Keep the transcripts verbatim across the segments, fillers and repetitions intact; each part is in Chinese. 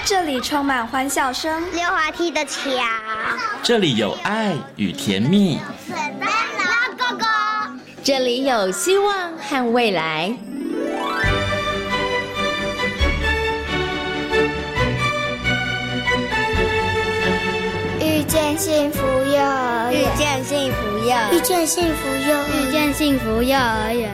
这里充满欢笑声， 溜滑梯的桥， 这里有爱与甜蜜， 水灯笼哥哥， 这里有希望和未来。 遇见幸福幼儿园， 遇见幸福幼儿园， 遇见幸福幼儿园， 遇见幸福幼儿园。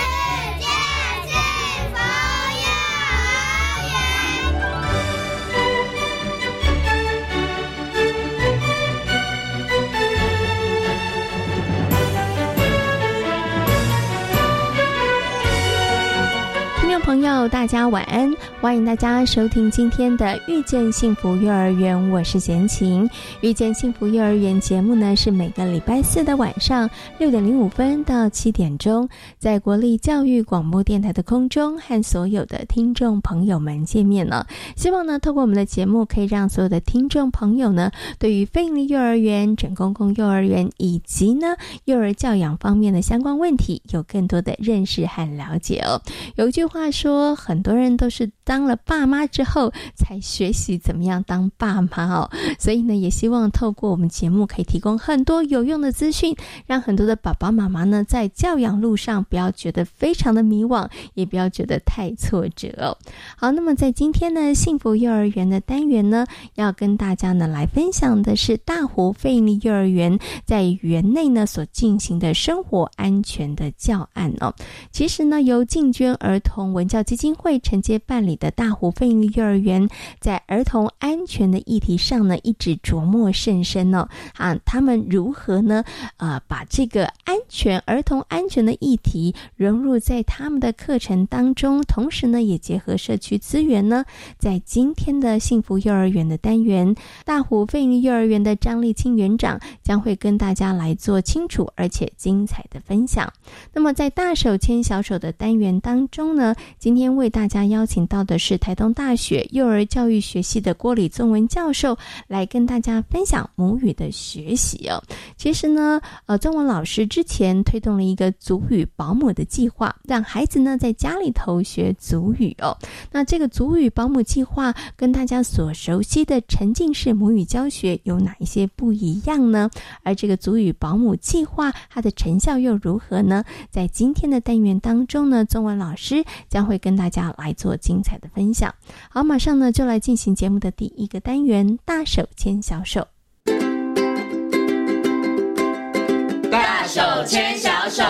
朋友大家晚安，欢迎大家收听今天的遇见幸福幼儿园，我是贤琴。遇见幸福幼儿园节目呢，是每个礼拜四的晚上六点零五分到七点钟，在国立教育广播电台的空中和所有的听众朋友们见面了。希望呢，透过我们的节目，可以让所有的听众朋友呢，对于非营利幼儿园、准公共幼儿园以及呢幼儿教养方面的相关问题，有更多的认识和了解哦。有一句话说，说很多人都是当了爸妈之后才学习怎么样当爸妈哦，所以呢也希望透过我们节目可以提供很多有用的资讯，让很多的爸爸妈妈呢在教养路上不要觉得非常的迷惘，也不要觉得太挫折哦。好，那么在今天呢幸福幼儿园的单元呢，要跟大家呢来分享的是大湖非营利幼儿园在园内呢所进行的生活安全的教案哦。其实呢由进捐儿童文教基金会承接办理的大湖非营利幼儿园，在儿童安全的议题上呢，一直琢磨甚深哦。啊，他们如何呢？呃，把这个安全、儿童安全的议题融入在他们的课程当中，同时呢，也结合社区资源呢。在今天的幸福幼儿园的单元，大湖非营利幼儿园的张立清园长将会跟大家来做清楚而且精彩的分享。那么，在大手牵小手的单元当中呢，今天为大家邀请到的是台东大学幼儿教育学系的郭李宗文教授，来跟大家分享母语的学习哦。其实呢，呃，宗文老师之前推动了一个族语保姆的计划，让孩子呢在家里头学族语哦。那这个族语保姆计划跟大家所熟悉的沉浸式母语教学有哪一些不一样呢？而这个族语保姆计划它的成效又如何呢？在今天的单元当中呢，宗文老师将会跟大家来做精彩的分享。好，马上呢就来进行节目的第一个单元，大手牵小手。 大手牵小手。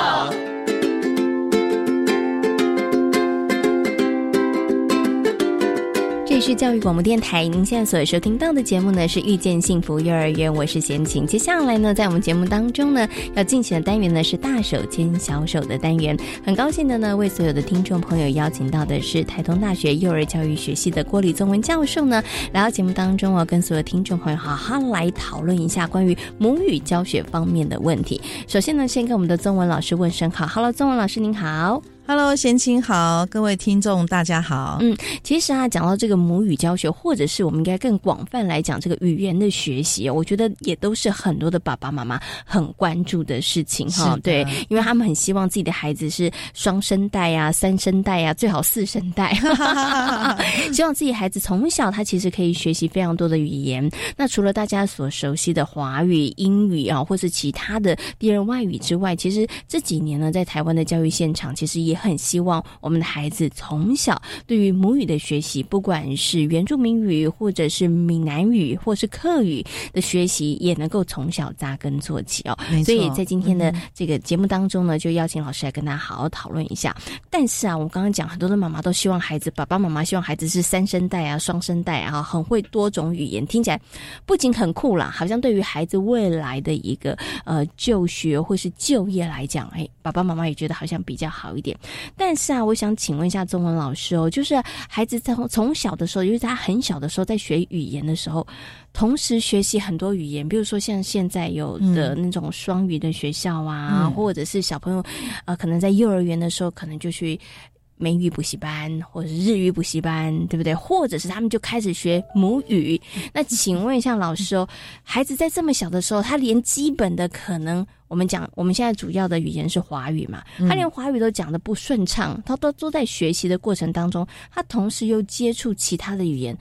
这里是教育广播电台，您现在所收听到的节目呢是遇见幸福幼儿园，我是贤琴。接下来呢，在我们节目当中呢，要进行的单元呢是大手牵小手的单元。很高兴的呢，为所有的听众朋友邀请到的是台东大学幼儿教育学系的郭李宗文教授呢，来到节目当中哦，跟所有听众朋友好好来讨论一下关于母语教学方面的问题。首先呢，先跟我们的宗文老师问声好。Hello， 宗文老师您好。 Hello， 贤琴好，各位听众大家好。 嗯，其实啊，讲到这个母语教学，或者是我们应该更广泛来讲这个语言的学习，我觉得也都是很多的爸爸妈妈很关注的事情哈。对，因为他们很希望自己的孩子是双声带啊、三声带啊，最好四声带，希望自己孩子从小他其实可以学习非常多的语言。那除了大家所熟悉的华语、英语啊，或是其他的第二外语之外，其实这几年呢，在台湾的教育现场，其实也很希望我们的孩子从小对于母语的学习，不管是原住民语或者是闽南语或是客语的学习，也能够从小扎根做起哦。所以在今天的这个节目当中呢，就邀请老师来跟大家好好讨论一下。但是啊，我刚刚讲很多的妈妈都希望孩子，爸爸妈妈希望孩子是三声带啊、双声带啊，很会多种语言，听起来不仅很酷啦，好像对于孩子未来的一个呃就学或是就业来讲，哎，爸爸妈妈也觉得好像比较好一点。但是啊，我想请问一下宗文老师哦，就是孩子从从小的时候，就是他很小的时候在学语言的时候，同时学习很多语言，比如说像现在有的那种双语的学校啊，嗯、或者是小朋友呃，可能在幼儿园的时候，可能就去美语补习班或者是日语补习班，对不对？或者是他们就开始学母语。那请问一下老师哦，孩子在这么小的时候，他连基本的可能，我们讲我们现在主要的语言是华语嘛，他连华语都讲得不顺畅，他都都在学习的过程当中，他同时又接触其他的语言，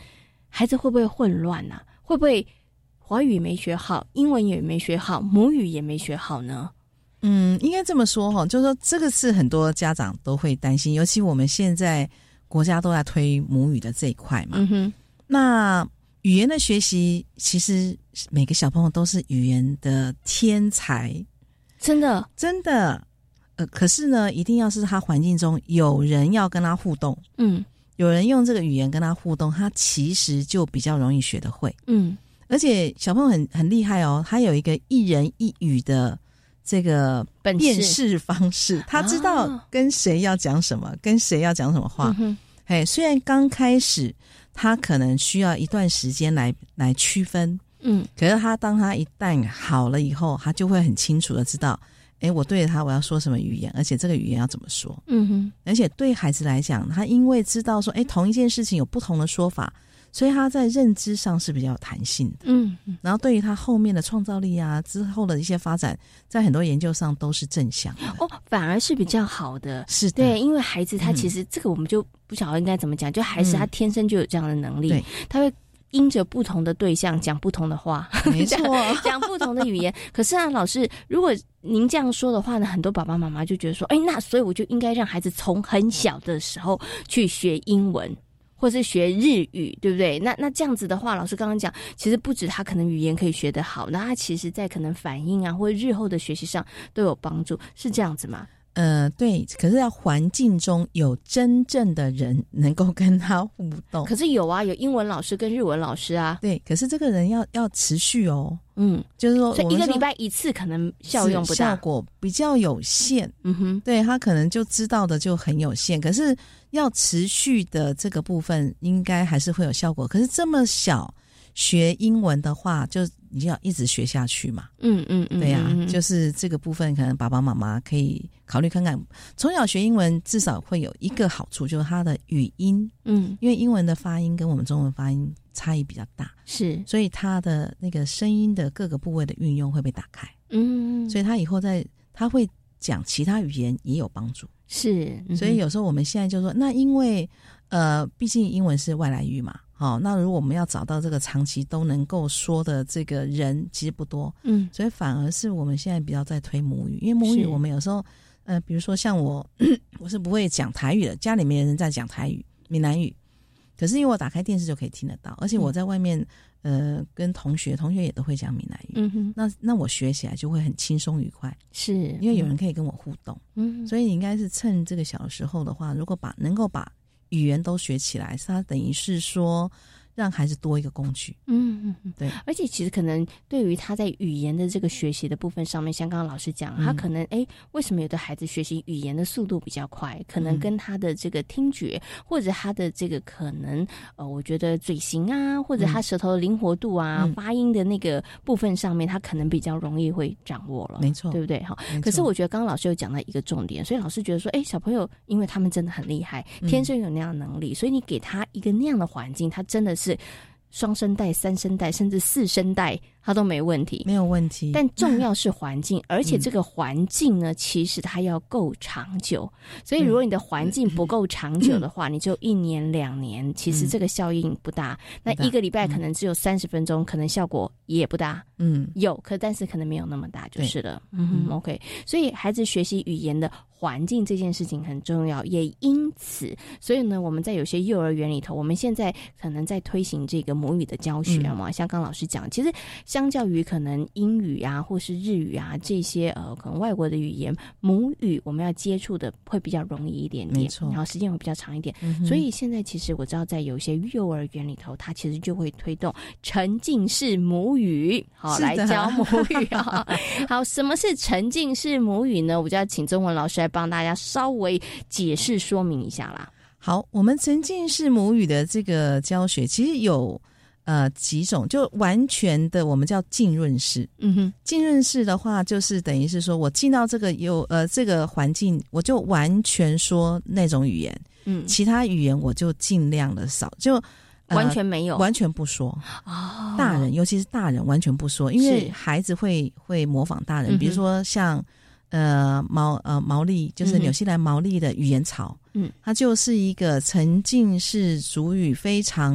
孩子会不会混乱啊？会不会华语没学好，英文也没学好，母语也没学好呢？ 嗯，应该这么说哈，就是说这个是很多家长都会担心，尤其我们现在国家都在推母语的这一块嘛。 嗯哼， 那语言的学习，其实每个小朋友都是语言的天才， 真的真的。呃，可是呢，一定要是他环境中有人要跟他互动， 嗯， 有人用这个语言跟他互动，他其实就比较容易学得会。 嗯， 而且小朋友很很厉害哦，他有一个一人一语的这个辨识方式，他知道跟谁要讲什么，啊、跟谁要讲什么话。嗯、嘿，虽然刚开始他可能需要一段时间来来区分，嗯，可是他当他一旦好了以后，他就会很清楚的知道。诶，我对着他我要说什么语言，而且这个语言要怎么说。嗯哼，而且对孩子来讲，他因为知道说诶同一件事情有不同的说法，所以他在认知上是比较有弹性的。嗯，然后对于他后面的创造力啊，之后的一些发展，在很多研究上都是正向的。 哦，反而是比较好的。是的，对，因为孩子他其实、嗯、这个我们就不晓得应该怎么讲，就孩子他天生就有这样的能力，嗯、他会因着不同的对象讲不同的话， 没错， 讲不同的语言。可是啊，老师，如果您这样说的话呢，很多爸爸妈妈就觉得说，哎，那所以我就应该让孩子从很小的时候去学英文，或是学日语，对不对？那那这样子的话，老师刚刚讲，其实不止他可能语言可以学得好，那他其实在可能反应啊，或者日后的学习上都有帮助，是这样子吗？ 呃，对，可是要环境中有真正的人能够跟他互动。 可是有啊，有英文老师跟日文老师啊。 对，可是这个人要要持续哦。嗯，就是说， 所以一个礼拜一次可能效用不大， 效果比较有限。嗯哼，对他可能就知道的就很有限，可是要持续的这个部分应该还是会有效果。可是这么小学英文的话，就你就要一直学下去嘛。嗯嗯嗯，对呀、啊，就是这个部分可能爸爸妈妈可以考虑看看。从小学英文至少会有一个好处，就是它的语音。嗯，因为英文的发音跟我们中文发音差异比较大，是，所以它的那个声音的各个部位的运用会被打开。嗯，所以他以后在他会讲其他语言也有帮助。是、嗯，所以有时候我们现在就说，那因为呃，毕竟英文是外来语嘛。好、哦，那如果我们要找到这个长期都能够说的这个人，其实不多，嗯，所以反而是我们现在比较在推母语，因为母语我们有时候，呃，比如说像我，我是不会讲台语的，家里面人在讲台语、闽南语，可是因为我打开电视就可以听得到，而且我在外面，嗯、呃，跟同学，同学也都会讲闽南语，嗯哼，那那我学起来就会很轻松愉快，是因为有人可以跟我互动，嗯，所以你应该是趁这个小的时候的话，如果把能够把语言都学起来，它等于是说让孩子多一个工具。嗯嗯嗯，对。 而且其实可能对于他在语言的这个学习的部分上面，像刚刚老师讲，他可能哎，为什么有的孩子学习语言的速度比较快？可能跟他的这个听觉，或者他的这个可能呃，我觉得嘴型啊，或者他舌头的灵活度啊、嗯、发音的那个部分上面，他可能比较容易会掌握了。 没错， 对不对？哈。可是我觉得刚刚老师有讲到一个重点，所以老师觉得说，哎，小朋友因为他们真的很厉害，天生有那样的能力，嗯、所以你给他一个那样的环境，他真的是双声带、三声带，甚至四声带，它都没问题， 没有问题。 但重要是环境，而且这个环境呢，其实它要够长久。所以，如果你的环境不够长久的话，你就一年、两年，其实这个效应不大。那一个礼拜可能只有三十分钟，可能效果也不大。嗯，有，可但是可能没有那么大，就是了。嗯 ，OK。所以，孩子学习语言的环境这件事情很重要，也因此，所以呢，我们在有些幼儿园里头，我们现在可能在推行这个母语的教学嘛，嗯、像刚老师讲，其实相较于可能英语啊，或是日语啊这些呃可能外国的语言，母语我们要接触的会比较容易一点点，没错，然后时间会比较长一点。嗯、所以现在其实我知道，在有些幼儿园里头，它其实就会推动沉浸式母语，好来教母语啊。好，什么是沉浸式母语呢？我就要请中文老师来帮大家稍微解释说明一下啦。 好，我们沉浸式母语的这个教学其实有呃几种，就完全的我们叫浸润式。嗯哼，浸润式的话就是等于是说我进到这个有呃这个环境，我就完全说那种语言，嗯，其他语言我就尽量的少，就、呃、 完全没有， 完全不说。哦，大人尤其是大人完全不说，因为孩子会会模仿大人，比如说像呃毛呃毛利，就是纽西兰毛利的语言槽，嗯，它就是一个沉浸式主语非常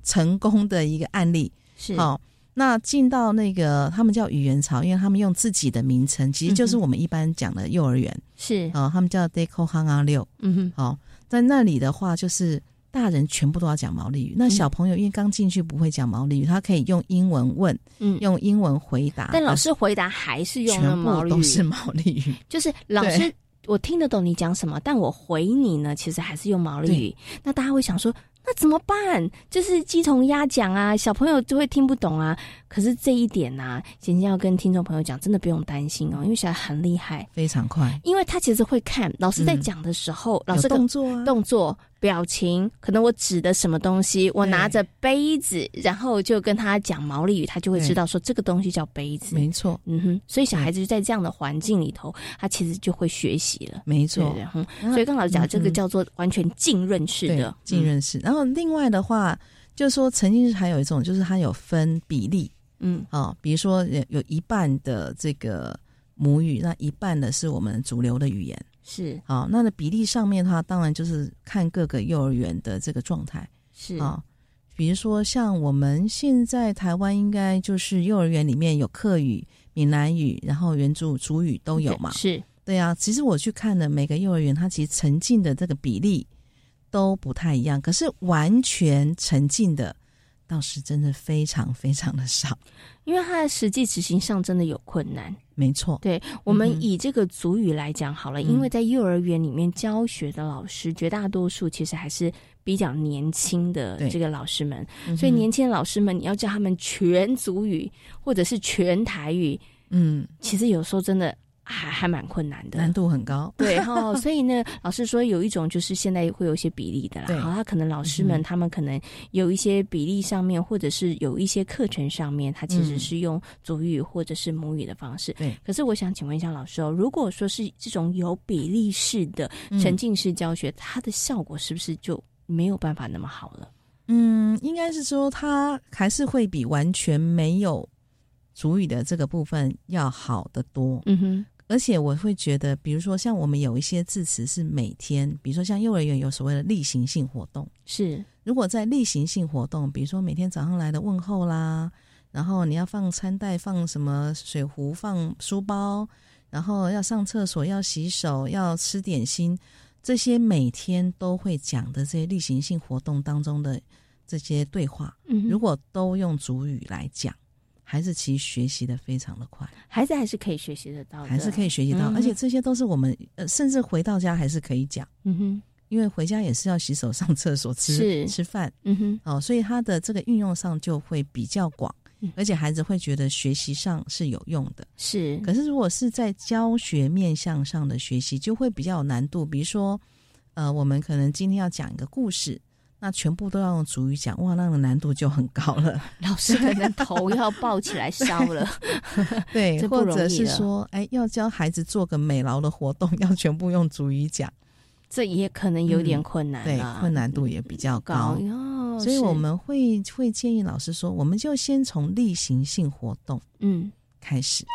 成功的一个案例。 是好、哦，那进到那个他们叫语言巢，因为他们用自己的名称，其实就是我们一般讲的幼儿园。 是哦，他们叫 Deco Hang 啊六。嗯哼，好、哦，在那里的话就是大人全部都要讲毛利语，那小朋友因为刚进去不会讲毛利语，他可以用英文问，嗯，用英文回答， 但老师回答还是用那毛利语， 全部都是毛利语， 就是老师我听得懂你讲什么，但我回你呢其实还是用毛利语。那大家会想说那怎么办？就是鸡同鸭讲啊，小朋友就会听不懂啊。可是这一点啊，简简要跟听众朋友讲，真的不用担心哦，因为小孩很厉害， 非常快， 因为他其实会看老师在讲的时候，嗯、老师动作啊， 动作、表情，可能我指的什么东西，我拿着杯子，然后就跟他讲毛利语，他就会知道说这个东西叫杯子， 没错， 嗯哼，所以小孩子在这样的环境里头，他其实就会学习了， 没错， 嗯，所以刚老师讲、嗯、这个叫做完全浸润式的， 浸润式。然后另外的话，就是说沉浸式还有一种，就是它有分比例。嗯，哦，比如说有一半的这个母语，那一半的是我们主流的语言， 是， 好、哦，那的比例上面的话，当然就是看各个幼儿园的这个状态， 是啊、哦，比如说像我们现在台湾应该就是幼儿园里面有客语、闽南语，然后原住族语都有嘛， 是， 对啊，其实我去看的每个幼儿园，它其实沉浸的这个比例都不太一样，可是完全沉浸的倒是真的非常非常的少， 因为它的实际执行上真的有困难。 没错， 对，我们以这个族语来讲好了、嗯、因为在幼儿园里面教学的老师绝大多数其实还是比较年轻的这个老师们，所以年轻的老师们你要教他们全族语或者是全台语，嗯，其实有时候真的还还蛮困难的， 难度很高。 对哈、哦，所以呢，老师说有一种就是现在会有一些比例的啦。好，他可能老师们、嗯、他们可能有一些比例上面，或者是有一些课程上面，他其实是用族语或者是母语的方式。 对。 可是我想请问一下老师哦，如果说是这种有比例式的沉浸式教学，嗯、它的效果是不是就没有办法那么好了？ 嗯，应该是说它还是会比完全没有族语的这个部分要好得多。嗯哼。而且我会觉得，比如说像我们有一些字词是每天，比如说像幼儿园有所谓的例行性活动， 是如果在例行性活动，比如说每天早上来的问候啦，然后你要放餐袋、放什么水壶、放书包，然后要上厕所、要洗手、要吃点心，这些每天都会讲的这些例行性活动当中的这些对话，嗯，如果都用族语来讲，孩子其实学习的非常的快， 孩子还是可以学习得到的， 还是可以学习到、嗯、而且这些都是我们呃，甚至回到家还是可以讲，嗯哼，因为回家也是要洗手、上厕所、吃吃饭，嗯哼，哦，所以他的这个运用上就会比较广、嗯、而且孩子会觉得学习上是有用的， 是。 可是如果是在教学面向上的学习，就会比较有难度，比如说呃，我们可能今天要讲一个故事，那全部都要用族语讲，哇，那个难度就很高了， 老师可能头要抱起来烧了。 对，或者是说，哎，要教孩子做个美劳的活动，要全部用族语讲， 这也可能有点困难、嗯、 对，困难度也比较高。 高哦、 所以我们会会建议老师说，我们就先从例行性活动嗯开始。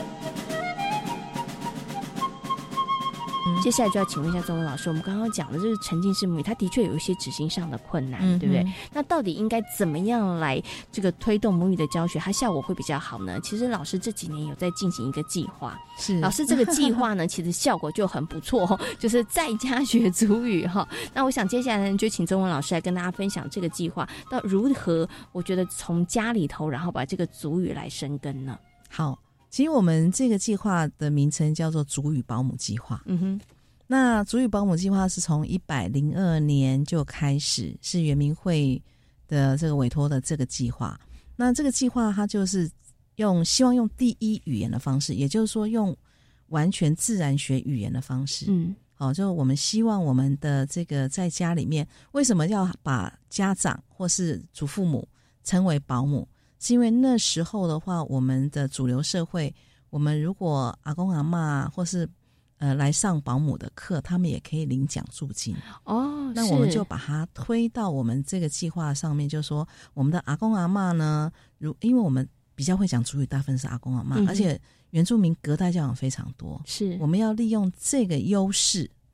接下来就要请问一下中文老师，我们刚刚讲的就是沉浸式母语，它的确有一些执行上的困难、嗯、对不对？那到底应该怎么样来这个推动母语的教学，它效果会比较好呢？其实老师这几年有在进行一个计划，是老师这个计划呢其实效果就很不错，就是在家学族语哈。那我想接下来呢就请中文老师来跟大家分享这个计划到如何我觉得从家里头然后把这个族语来生根呢。 好，其实我们这个计划的名称叫做族语保姆计划。嗯哼，那族语保姆计划是从一百零二年就开始，是原民会的这个委托的这个计划。那这个计划它就是用希望用第一语言的方式，也就是说用完全自然学语言的方式。嗯，好，就我们希望我们的这个在家里面，为什么要把家长或是祖父母称为保姆？是因为那时候的话，我们的主流社会，我们如果阿公阿嬷或是呃来上保姆的课，他们也可以领奖助金哦。那我们就把它推到我们这个计划上面，就说我们的阿公阿嬷呢，如因为我们比较会讲族语，大部分是阿公阿嬷、嗯、而且原住民隔代教养非常多，是我们要利用这个优势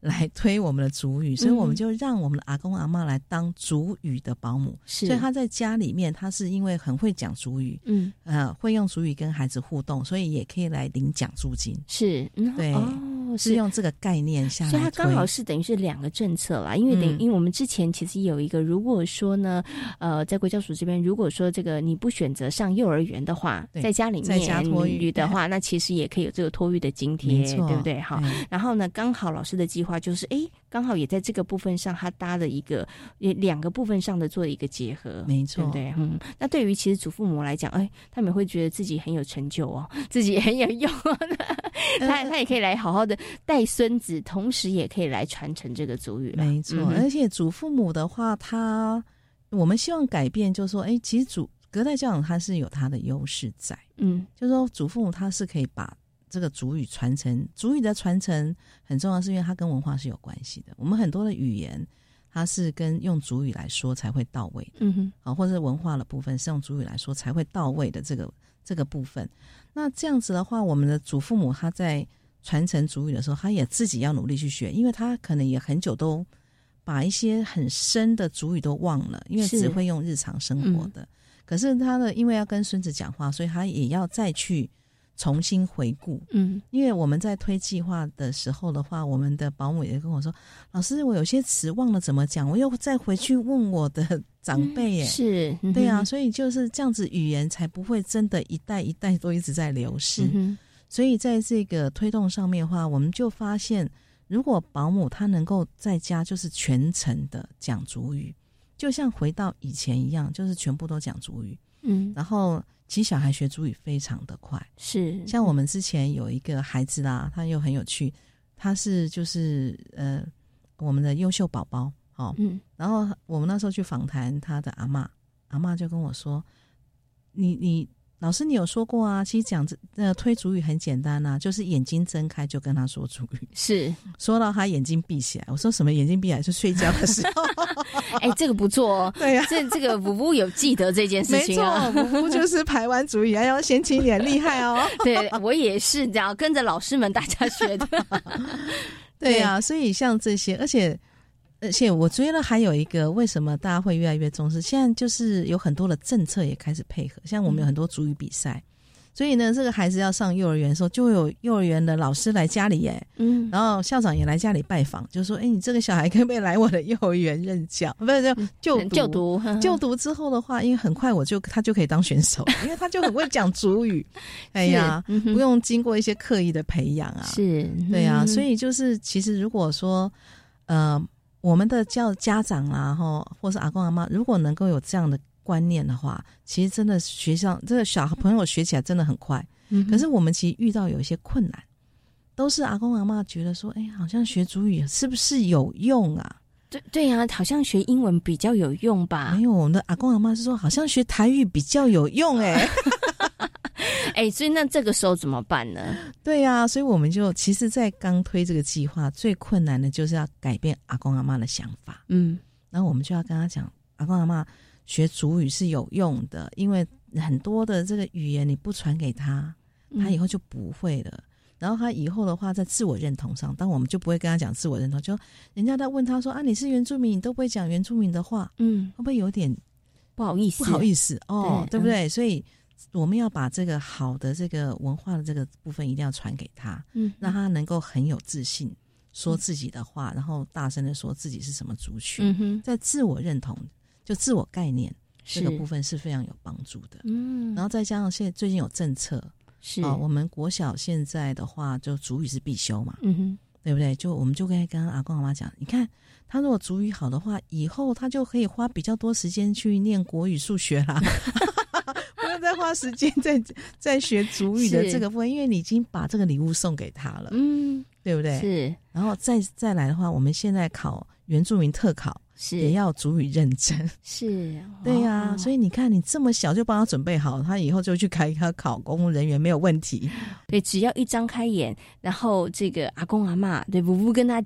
来推我们的族语，所以我们就让我们的阿公阿嬷来当族语的保姆。是，所以他在家里面，他是因为很会讲族语，嗯，呃，会用族语跟孩子互动，所以也可以来领奖助金。是，嗯、对。哦是用这个概念下来推， 所以它刚好是等于是两个政策啦。因为等于、嗯、因为我们之前其实有一个，如果说呢，呃，在国教署这边，如果说这个你不选择上幼儿园的话，在家里面在家托育的话，那其实也可以有这个托育的津贴，对不对？好，然后呢，刚好老师的计划就是，哎，刚好也在这个部分上，他搭了一个两个部分上的做一个结合，没错，对不对？嗯，那对于其实祖父母来讲，哎，他们会觉得自己很有成就哦，自己很有用，他他也可以来好好的带孙子，同时也可以来传承这个族语。没错、嗯， 而且祖父母的话，他我们希望改变，就是说，哎，其实祖隔代教养它是有它的优势在，嗯，就是说祖父母他是可以把这个族语传承，族语的传承很重要，是因为它跟文化是有关系的。我们很多的语言，它是跟用族语来说才会到位的，嗯哼，好，或者是文化的部分是用族语来说才会到位的这个这个部分。那这样子的话，我们的祖父母他在传承族语的时候，他也自己要努力去学，因为他可能也很久都把一些很深的族语都忘了，因为只会用日常生活的。嗯、可是他的因为要跟孙子讲话，所以他也要再去重新回顾。嗯，因为我们在推计划的时候的话，我们的保姆也跟我说，老师，我有些词忘了怎么讲，我又再回去问我的长辈耶。嗯、是，嗯、对啊，所以就是这样子，语言才不会真的一代一代都一直在流失。嗯，所以在这个推动上面的话，我们就发现，如果保姆他能够在家就是全程的讲族语，就像回到以前一样，就是全部都讲族语。嗯，然后其实小孩学族语非常的快，是像我们之前有一个孩子啦，他又很有趣，他是就是呃我们的优秀宝宝，哦，嗯，然后我们那时候去访谈他的阿嬷，阿嬷就跟我说，你你。老师，你有说过啊？其实讲呃推族语很简单啊，就是眼睛睁开就跟他说族语，是说到他眼睛闭起来。我说什么眼睛闭起来？是睡觉的时候。 哎、欸，这个不错哦。对呀、啊，这这个vũ vũ有记得这件事情啊。 没错，vũ vũ就是排湾族语，还要先轻一点，厉害哦。 对，我也是这样跟着老师们大家学的。 对呀、啊，所以像这些，而且。而且我觉得还有一个，为什么大家会越来越重视？现在就是有很多的政策也开始配合，像我们有很多族语比赛，嗯、所以呢，这个孩子要上幼儿园的时候，就会有幼儿园的老师来家里耶，嗯，然后校长也来家里拜访，就说：“哎，你这个小孩可不可以来我的幼儿园任教？不是就就读就读呵呵就读之后的话，因为很快我就他就可以当选手，因为他就很会讲族语，哎呀，嗯、不用经过一些刻意的培养啊，是，对啊，所以就是其实如果说，呃。我们的教家长啦，或或是阿公阿嬷，如果能够有这样的观念的话，其实真的学校这个小朋友学起来真的很快。嗯，可是我们其实遇到有一些困难，都是阿公阿嬷觉得说，哎，好像学族语是不是有用啊？ 对对呀、啊，好像学英文比较有用吧？ 没有，我们的阿公阿嬷是说，好像学台语比较有用哎、欸。 哎、欸，所以那这个时候怎么办呢？ 对呀、啊，所以我们就其实，在刚推这个计划，最困难的就是要改变阿公阿嬷的想法。嗯，然后我们就要跟他讲，阿公阿嬷学族语是有用的，因为很多的这个语言你不传给他，他以后就不会了。嗯、然后他以后的话，在自我认同上，但我们就不会跟他讲自我认同，就人家在问他说啊，你是原住民，你都不会讲原住民的话，嗯，会不会有点不好意思？ 不好意思哦， 对, 对不对？嗯、所以。我们要把这个好的这个文化的这个部分一定要传给他，嗯，让他能够很有自信说自己的话，嗯、然后大声的说自己是什么族群，嗯哼，在自我认同就自我概念这个部分是非常有帮助的，嗯，然后再加上现在最近有政策，是啊、哦，我们国小现在的话就族语是必修嘛，嗯哼，对不对？就我们就可以跟阿公阿嬷讲，你看他如果族语好的话，以后他就可以花比较多时间去念国语、数学啦。不用再花时间在在学族语的这个部分，因为你已经把这个礼物送给他了，嗯，对不对？是，然后再再来的话，我们现在考原住民特考，是也要族语认证，是，对呀、啊哦，所以你看，你这么小就帮他准备好，他以后就去开他考公务人员没有问题。 对，只要一张开眼，然后这个阿公阿嬷对vũ vũ跟他讲，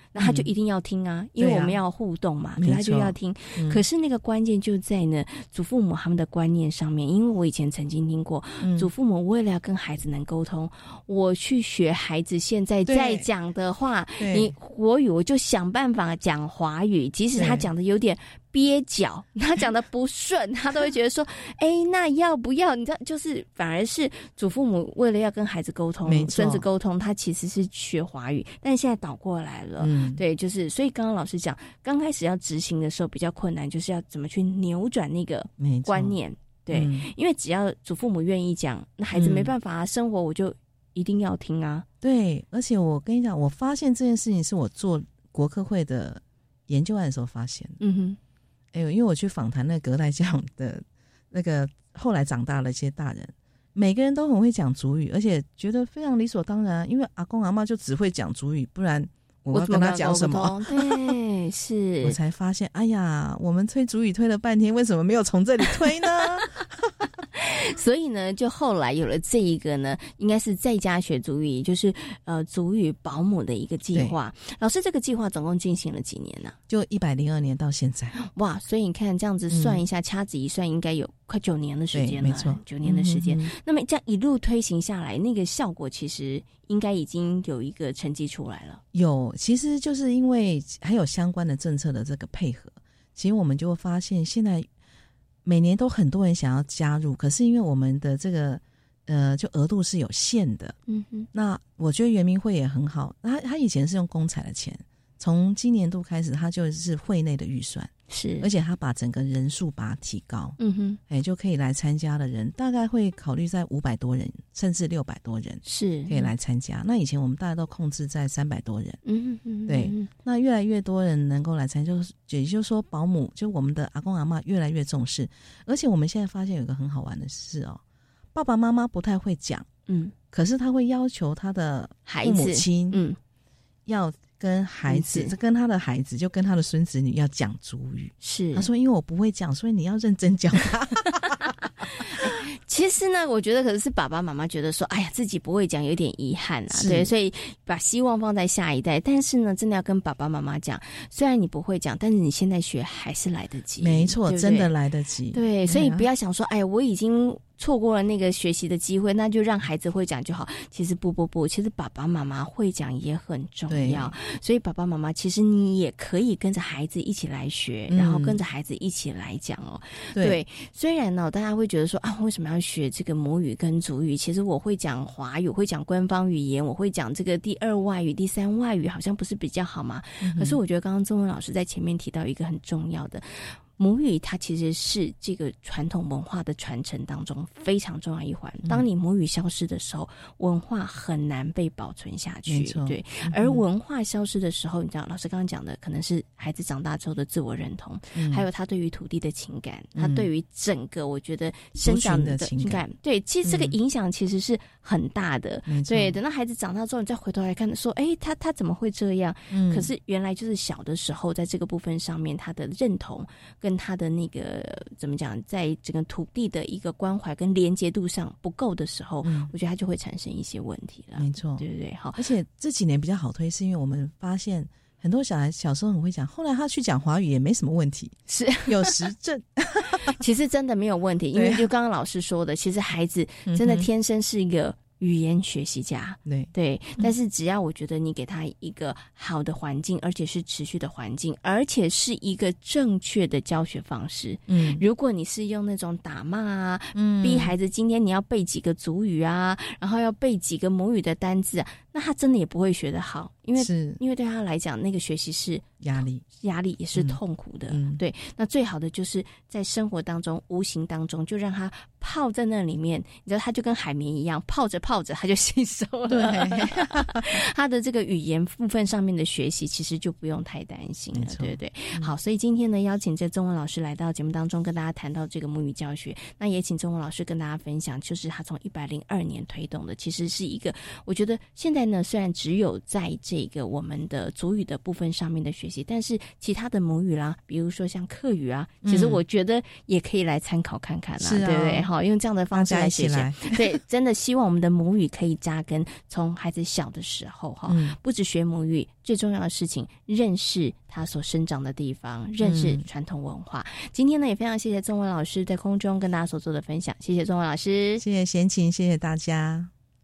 那他就一定要听啊，嗯、因为我们要互动嘛，所以他就要听、嗯。可是那个关键就在呢，祖父母他们的观念上面。因为我以前曾经听过，嗯、祖父母为了要跟孩子能沟通，我去学孩子现在在讲的话，你国语我就想办法讲华语，即使他讲的有点蹩脚，他讲的不顺，他都会觉得说，哎，那要不要？你知道，就是反而是祖父母为了要跟孩子沟通、孙子沟通，他其实是学华语，但现在倒过来了。嗯，对，就是所以刚刚老师讲，刚开始要执行的时候比较困难，就是要怎么去扭转那个观念。对、嗯，因为只要祖父母愿意讲，那孩子没办法啊，嗯、生活我就一定要听啊。 对，而且我跟你讲，我发现这件事情是我做国科会的研究案的时候发现的。嗯哼。哎呦，因为我去访谈那个隔代教养的那个后来长大了一些大人，每个人都很会讲族语，而且觉得非常理所当然，因为阿公阿嬷就只会讲族语，不然我要跟他讲什么？ 对，是。 我才发现，哎呀，我们推族语推了半天，为什么没有从这里推呢？ 所以呢，就后来有了这一个呢，应该是在家学族语，也就是呃族语保姆的一个计划。老师，这个计划总共进行了几年呢、啊？ 就一百零二年到现在。 哇，所以你看这样子算一下，嗯、掐指一算，应该有快九年的时间了。 没错， 九年的时间、 嗯嗯。 那么这样一路推行下来，那个效果其实应该已经有一个成绩出来了。 有，其实就是因为还有相关的政策的这个配合，其实我们就会发现现在。每年都很多人想要加入，可是因为我们的这个呃，就额度是有限的。嗯哼。那我觉得原民会也很好，他他以前是用公采的钱，从今年度开始，他就是会内的预算， 是， 而且他把整个人数把它提高。嗯哼。哎，就可以来参加的人大概会考虑在五百多人，甚至六百多人， 是可以来参加。那以前我们大家都控制在三百多人。 嗯哼。 对，那越来越多人能够来参加，就是也就是说，保姆就我们的阿公阿嬷越来越重视，而且我们现在发现有一个很好玩的事哦，爸爸妈妈不太会讲，嗯，可是他会要求他的父母亲，嗯，要跟孩子，跟他的孩子，就跟他的孙子女要讲族语。 是， 他说因为我不会讲，所以你要认真教他。 其实呢，我觉得可能是爸爸妈妈觉得说，哎呀，自己不会讲，有点遗憾啊，对，所以把希望放在下一代。但是呢，真的要跟爸爸妈妈讲，虽然你不会讲，但是你现在学还是来得及。 没错， 对对真的来得及。 对，所以不要想说，哎呀，我已经错过了那个学习的机会，那就让孩子会讲就好。其实不不不，其实爸爸妈妈会讲也很重要。所以爸爸妈妈，其实你也可以跟着孩子一起来学，嗯、然后跟着孩子一起来讲哦。对，对虽然呢，大家会觉得说啊，为什么要学这个母语跟族语？其实我会讲华语，我会讲官方语言，我会讲这个第二外语、第三外语，好像不是比较好吗？嗯、可是我觉得刚刚宗文老师在前面提到一个很重要的。母语它其实是这个传统文化的传承当中非常重要一环。当你母语消失的时候，文化很难被保存下去。对，而文化消失的时候，你知道老师刚刚讲的，可能是孩子长大之后的自我认同，嗯、还有他对于土地的情感，嗯、他对于整个我觉得生长的情感。情感对，其实这个影响其实是很大的。嗯、对，等到孩子长大之后，你再回头来看，说，哎，他他怎么会这样？嗯、可是原来就是小的时候，在这个部分上面，他的认同跟跟他的那个怎么讲，在整个土地的一个关怀跟连结度上不够的时候，嗯、我觉得他就会产生一些问题了。 没错， 对不对？好， 而且这几年比较好推，是因为我们发现很多小孩小时候很会讲，后来他去讲华语也没什么问题， 是有实证。 其实真的没有问题，因为就刚刚老师说的，其实孩子真的天生是一个语言学习家， 对对，但是只要我觉得你给他一个好的环境，而且是持续的环境，而且是一个正确的教学方式。嗯，如果你是用那种打骂啊，嗯，逼孩子今天你要背几个族语啊，然后要背几个母语的单字啊，那他真的也不会学得好，因为是因为对他来讲，那个学习是压力， 压力也是痛苦的。嗯，对，那最好的就是在生活当中、无形当中，就让他泡在那里面，你知道，他就跟海绵一样，泡着泡着他就吸收了。对，他的这个语言部分上面的学习，其实就不用太担心了，对不对？嗯、好，所以今天呢，邀请这宗文老师来到节目当中，跟大家谈到这个母语教学。那也请宗文老师跟大家分享，就是他从一百零二年推动的，其实是一个，我觉得现在呢，虽然只有在这这个我们的族语的部分上面的学习，但是其他的母语啦，比如说像客语啊，其实我觉得也可以来参考看看啦，嗯、对不对？好，用这样的方式来写写。对，真的希望我们的母语可以扎根，从孩子小的时候哈、嗯，不只学母语，最重要的事情认识他所生长的地方，认识传统文化。嗯、今天呢，也非常谢谢宗文老师在空中跟大家所做的分享，谢谢宗文老师， 谢谢贤琴，谢谢大家。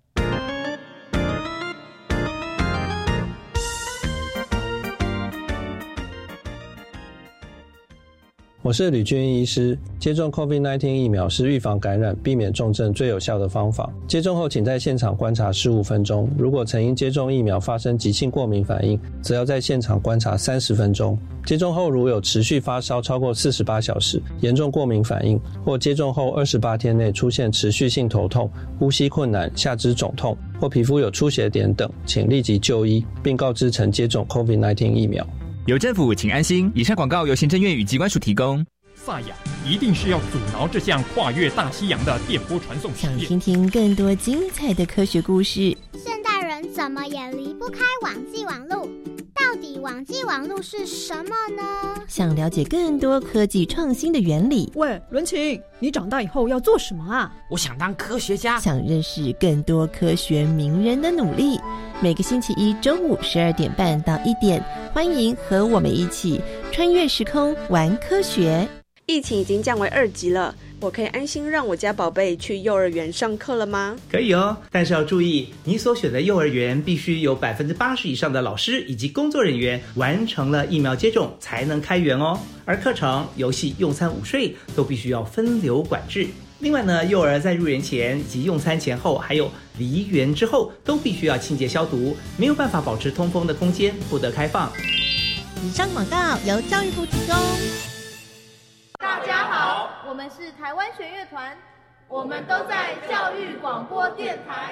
我是吕俊医师。接种 COVID 十九 疫苗是预防感染、避免重症最有效的方法。接种后请在现场观察十五分钟，如果曾因接种疫苗发生急性过敏反应，则要在现场观察三十分钟。接种后如有持续发烧超过四十八小时、严重过敏反应，或接种后二十八天内出现持续性头痛、呼吸困难、下肢肿痛或皮肤有出血点等，请立即就医，并告知曾接种 COVID 十九 疫苗。 有政府请安心。以上广告由行政院与疾管署提供。 萨雅一定是要阻挠这项跨越大西洋的电波传送实验。 想听听更多精彩的科学故事？ 现代人怎么也离不开网际网路，到底网际网路是什么呢？ 想了解更多科技创新的原理？ 喂，伦琴，你长大以后要做什么啊？ 我想当科学家。 想认识更多科学名人的努力？每个星期一中午十二点半到一点，欢迎和我们一起穿越时空玩科学。 疫情已经降为二级了，我可以安心让我家宝贝去幼儿园上课了吗？ 可以哦，但是要注意，你所选的幼儿园必须有百分之八十以上的老师以及工作人员完成了疫苗接种才能开园哦。而课程、游戏、用餐、午睡都必须要分流管制。另外呢，幼儿在入园前以及用餐前后，还有离园之后，都必须要清洁消毒，没有办法保持通风的空间不得开放。 以上广告由教育部提供。 大家好，我们是台湾弦乐团，我们都在教育广播电台。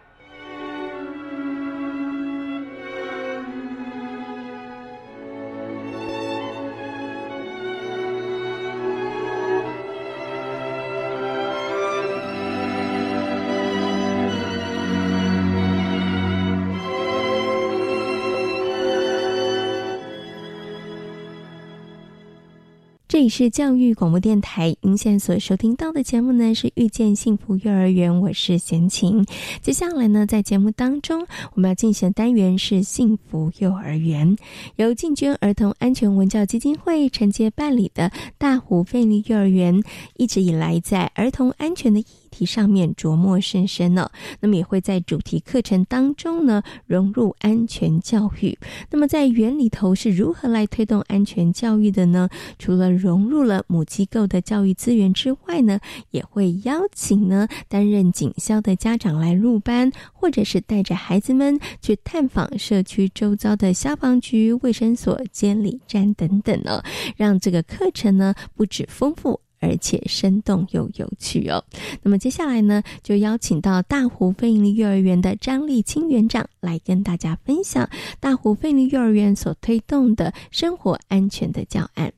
这里是教育广播电台，您现在所收听到的节目呢是遇见幸福幼儿园，我是贤琴。接下来呢，在节目当中我们要进行的单元是幸福幼儿园，由进捐儿童安全文教基金会承接办理的大湖费力幼儿园，一直以来在儿童安全的议题上面琢磨甚深呢、哦。那么也会在主题课程当中呢融入安全教育。那么在园里头是如何来推动安全教育的呢？除了融入了母机构的教育资源之外呢，也会邀请呢担任警校的家长来入班，或者是带着孩子们去探访社区周遭的消防局、卫生所、监理站等等呢，让这个课程呢不止丰富，而且生动又有趣哦。那么接下来呢，就邀请到大湖非营利幼儿园的张立清园长来跟大家分享大湖非营利幼儿园所推动的生活安全的教案。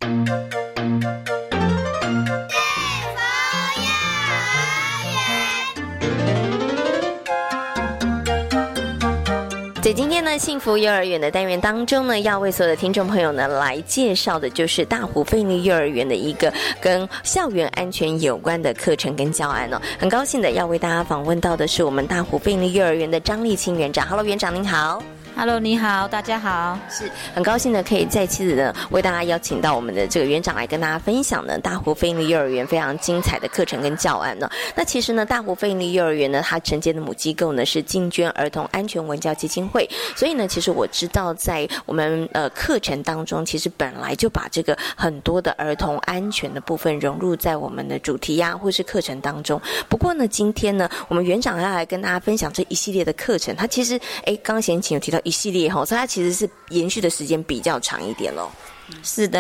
在今天呢幸福幼儿园的单元当中呢，要为所有的听众朋友呢来介绍的就是大湖非营利幼儿园的一个跟校园安全有关的课程跟教案哦。很高兴的要为大家访问到的是我们大湖非营利幼儿园的张立清园长。 Hello 园长您好。 Hello， 你好，大家好， 是很高兴的可以再次的为大家邀请到我们的这个园长来跟大家分享呢大湖非营利幼儿园非常精彩的课程跟教案呢。那其实呢，大湖非营利幼儿园呢，它承接的母机构呢是进捐儿童安全文教基金会，所以呢，其实我知道在我们呃课程当中，其实本来就把这个很多的儿童安全的部分融入在我们的主题呀、啊、或是课程当中。不过呢，今天呢，我们园长要来跟大家分享这一系列的课程，它其实哎，刚刚贤琴有提到一系列哈，所以它其实是延续的时间比较长一点咯。 是的，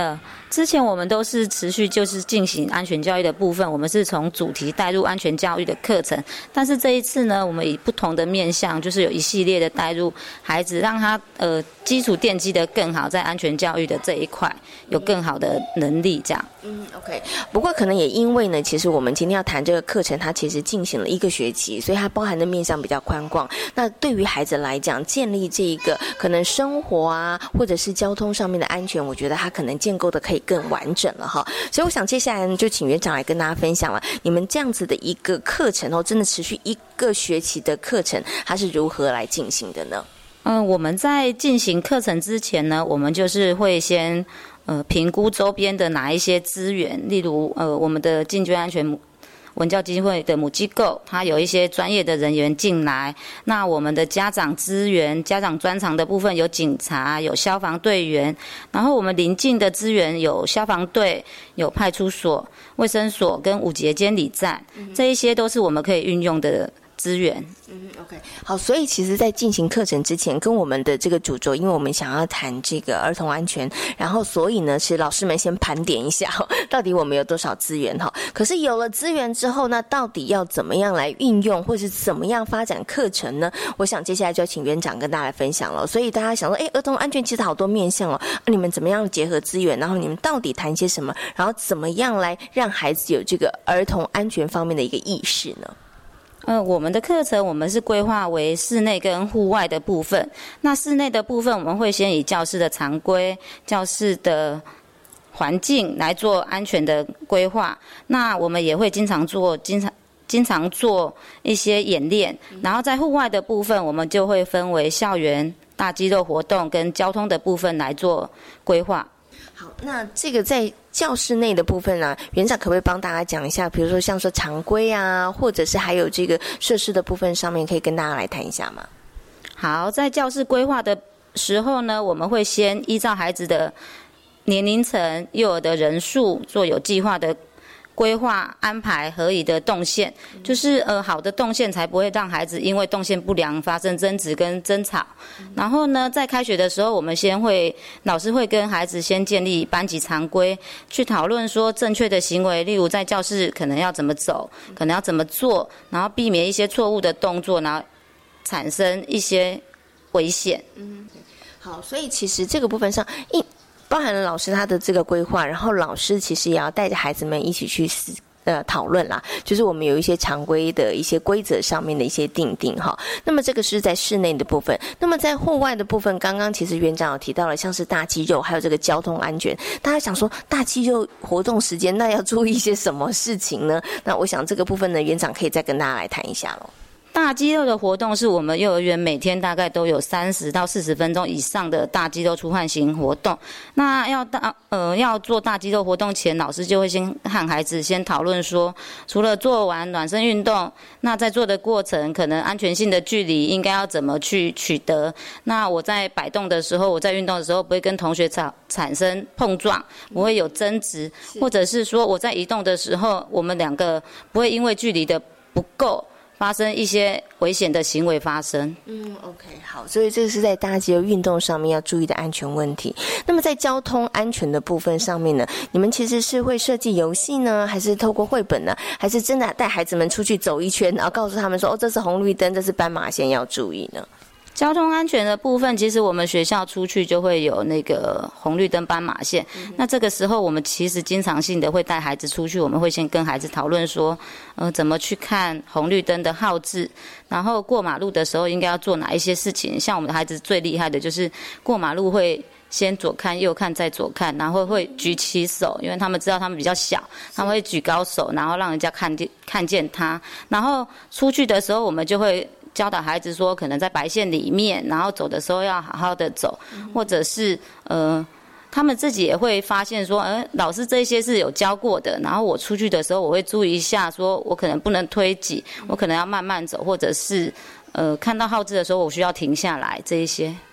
之前我们都是持续就是进行安全教育的部分，我们是从主题带入安全教育的课程，但是这一次呢，我们以不同的面向，就是有一系列的带入孩子，让他呃基础奠基的更好，在安全教育的这一块有更好的能力，这样。 嗯 ，OK。不过可能也因为呢，其实我们今天要谈这个课程，它其实进行了一个学期，所以它包含的面向比较宽广。那对于孩子来讲，建立这一个可能生活啊，或者是交通上面的安全，我觉得它可能建构的可以更完整了哈。所以我想接下来呢，就请园长来跟大家分享了，你们这样子的一个课程哦，真的持续一个学期的课程，它是如何来进行的呢？ 嗯，我们在进行课程之前呢，我们就是会先呃评估周边的哪一些资源，例如呃我们的进捐安全文教基金会的母机构，它有一些专业的人员进来。那我们的家长资源、家长专长的部分有警察、有消防队员，然后我们邻近的资源有消防队、有派出所、卫生所跟五节监理站，这一些都是我们可以运用的资源。 嗯 ，OK， 好，所以其实在进行课程之前，跟我们的这个主轴，因为我们想要谈这个儿童安全，然后所以呢，是老师们先盘点一下，到底我们有多少资源哈。可是有了资源之后，那到底要怎么样来运用，或是怎么样发展课程呢？我想接下来就要请园长跟大家来分享了。所以大家想说，哎，儿童安全其实好多面向哦，啊、你们怎么样结合资源，然后你们到底谈些什么，然后怎么样来让孩子有这个儿童安全方面的一个意识呢？ 呃，我们的课程我们是规划为室内跟户外的部分。那室内的部分，我们会先以教室的常规、教室的环境来做安全的规划。那我们也会经常做、经常经常做一些演练。然后在户外的部分，我们就会分为校园、大肌肉活动跟交通的部分来做规划。 好，那这个在教室内的部分呢、啊，园长可不可以帮大家讲一下，比如说像说常规啊，或者是还有这个设施的部分上面，可以跟大家来谈一下吗？ 好，在教室规划的时候呢，我们会先依照孩子的年龄层、幼儿的人数做有计划的规划安排合理的动线，就是呃好的动线才不会让孩子因为动线不良发生争执跟争吵。然后呢，在开学的时候，我们先会老师会跟孩子先建立班级常规，去讨论说正确的行为，例如在教室可能要怎么走，可能要怎么做，然后避免一些错误的动作，然后产生一些危险。 嗯，好，所以其实这个部分上一。包含了老师他的这个规划，然后老师其实也要带着孩子们一起去思呃讨论啦，就是我们有一些常规的一些规则上面的一些定定哈。那么这个是在室内的部分，那么在户外的部分，刚刚其实园长有提到了，像是大肌肉还有这个交通安全，大家想说大肌肉活动时间那要注意一些什么事情呢？那我想这个部分呢，园长可以再跟大家来谈一下咯。 大肌肉的活动是我们幼儿园每天大概都有三十到四十分钟以上的大肌肉出汗型活动。那要大呃要做大肌肉活动前，老师就会先和孩子先讨论说，除了做完暖身运动，那在做的过程可能安全性的距离应该要怎么去取得。那我在摆动的时候，我在运动的时候不会跟同学产产生碰撞，不会有争执，或者是说我在移动的时候，我们两个不会因为距离的不够发生一些危险的行为发生。 嗯 ，OK， 好，所以这是在大肌肉运动上面要注意的安全问题。那么在交通安全的部分上面呢，你们其实是会设计游戏呢，还是透过绘本呢，还是真的带孩子们出去走一圈，然后告诉他们说，哦，这是红绿灯，这是斑马线，要注意呢？ 交通安全的部分，其实我们学校出去就会有那个红绿灯斑马线、嗯、那这个时候我们其实经常性的会带孩子出去，我们会先跟孩子讨论说呃，怎么去看红绿灯的号志，然后过马路的时候应该要做哪一些事情。像我们的孩子最厉害的就是过马路会先左看右看再左看，然后会举起手，因为他们知道他们比较小，他们会举高手，然后让人家看见看见他。然后出去的时候我们就会教导孩子说，可能在白线里面，然后走的时候要好好的走，嗯、或者是呃，他们自己也会发现说，呃，老师这些是有教过的，然后我出去的时候我会注意一下，说我可能不能推挤，我可能要慢慢走，或者是呃看到号志的时候我需要停下来，这一些。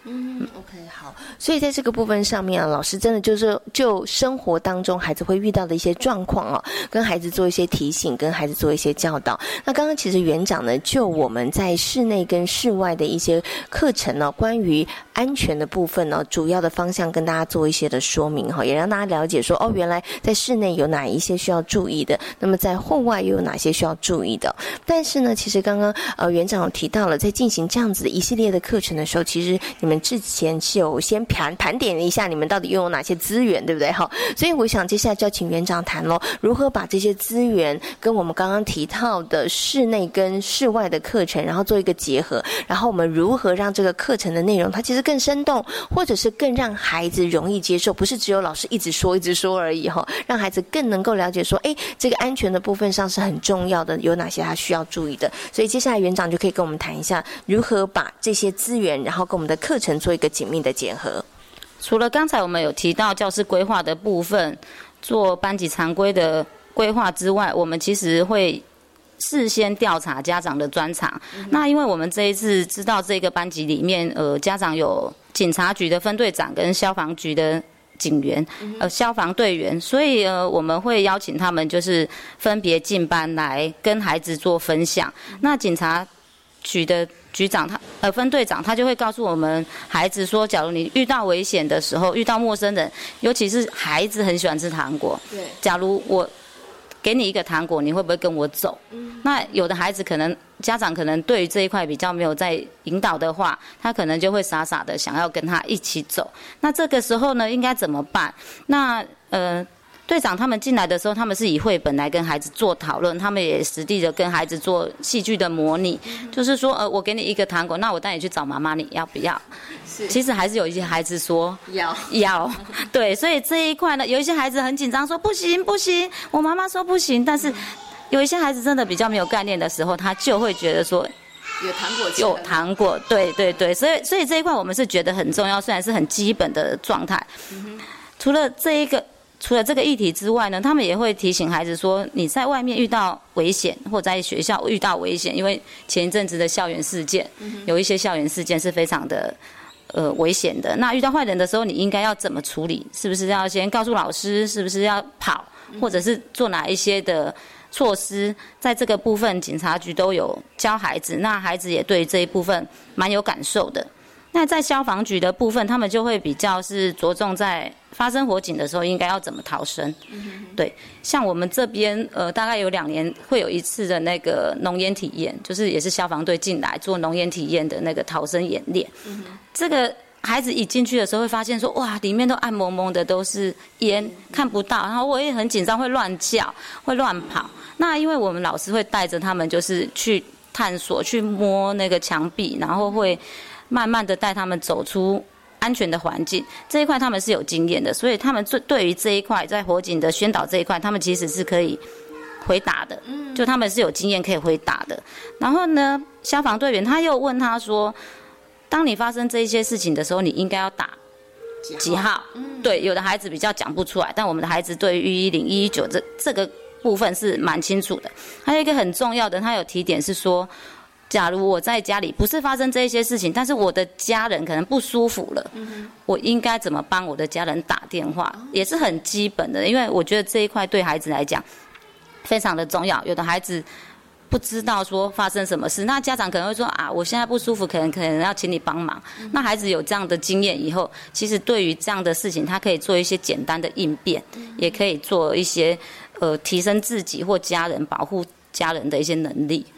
嗯 ，OK， 好。所以在这个部分上面啊，老师真的就是就生活当中孩子会遇到的一些状况哦，跟孩子做一些提醒，跟孩子做一些教导。那刚刚其实园长呢，就我们在室内跟室外的一些课程呢，关于安全的部分呢，主要的方向跟大家做一些的说明哈，也让大家了解说哦，原来在室内有哪一些需要注意的，那么在户外又有哪些需要注意的。但是呢，其实刚刚呃园长有提到了，在进行这样子的一系列的课程的时候，其实你们之前是有先盘盘点了一下你们到底拥有哪些资源，对不对？好，所以我想接下来就要请园长谈咯，如何把这些资源跟我们刚刚提到的室内跟室外的课程，然后做一个结合，然后我们如何让这个课程的内容它其实更生动，或者是更让孩子容易接受，不是只有老师一直说一直说而已哈，让孩子更能够了解说，哎，这个安全的部分上是很重要的，有哪些他需要注意的。所以接下来园长就可以跟我们谈一下，如何把这些资源，然后跟我们的课程做一个紧密的结合。 除了刚才我们有提到教室规划的部分，做班级常规的规划之外，我们其实会事先调查家长的专长。嗯、那因为我们这一次知道这个班级里面，呃，家长有警察局的分队长跟消防局的警员，呃，消防队员，所以呃，我们会邀请他们就是分别进班来跟孩子做分享。那警察局的局长他呃分队长他就会告诉我们孩子说，假如你遇到危险的时候，遇到陌生人，尤其是孩子很喜欢吃糖果，对，假如我给你一个糖果，你会不会跟我走？嗯、那有的孩子可能家长可能对于这一块比较没有在引导的话，他可能就会傻傻的想要跟他一起走。那这个时候呢，应该怎么办？那呃。队长他们进来的时候，他们是以绘本来跟孩子做讨论，他们也实地的跟孩子做戏剧的模拟，嗯、就是说，呃，我给你一个糖果，那我带你去找妈妈，你要不要？是。其实还是有一些孩子说要要，对，所以这一块呢，有一些孩子很紧张，说不行不行，我妈妈说不行，但是有一些孩子真的比较没有概念的时候，他就会觉得说。 有糖果吃， 有糖果，对对对，所以所以这一块我们是觉得很重要，虽然是很基本的状态。嗯、除了这一个。除了这个议题之外呢，他们也会提醒孩子说，你在外面遇到危险，或在学校遇到危险，因为前一阵子的校园事件，嗯、有一些校园事件是非常的呃危险的。那遇到坏人的时候，你应该要怎么处理？是不是要先告诉老师？是不是要跑？或者是做哪一些的措施？在这个部分，警察局都有教孩子，那孩子也对这一部分蛮有感受的。那在消防局的部分，他们就会比较是着重在发生火警的时候应该要怎么逃生。嗯、对，像我们这边呃，大概有两年会有一次的那个浓烟体验，就是也是消防队进来做浓烟体验的那个逃生演练。嗯、这个孩子一进去的时候会发现说，哇，里面都暗蒙蒙的，都是烟，看不到，然后我也很紧张，会乱叫，会乱跑。那因为我们老师会带着他们就是去探索，去摸那个墙壁，然后会慢慢的带他们走出安全的环境，这一块他们是有经验的，所以他们对于这一块在火警的宣导这一块，他们其实是可以回答的，就他们是有经验可以回答的。然后呢，消防队员他又问他说，当你发生这一些事情的时候，你应该要打几号？嗯、对，有的孩子比较讲不出来，但我们的孩子对于一一零、一一九这这个部分是蛮清楚的。还有一个很重要的，他有提点是说，假如我在家里不是发生这一些事情，但是我的家人可能不舒服了，嗯、我应该怎么帮我的家人打电话，也是很基本的。因为我觉得这一块对孩子来讲非常的重要。有的孩子不知道说发生什么事，那家长可能会说啊，我现在不舒服，可能可能要请你帮忙。嗯、那孩子有这样的经验以后，其实对于这样的事情，他可以做一些简单的应变，嗯、也可以做一些呃提升自己或家人保护家人的一些能力。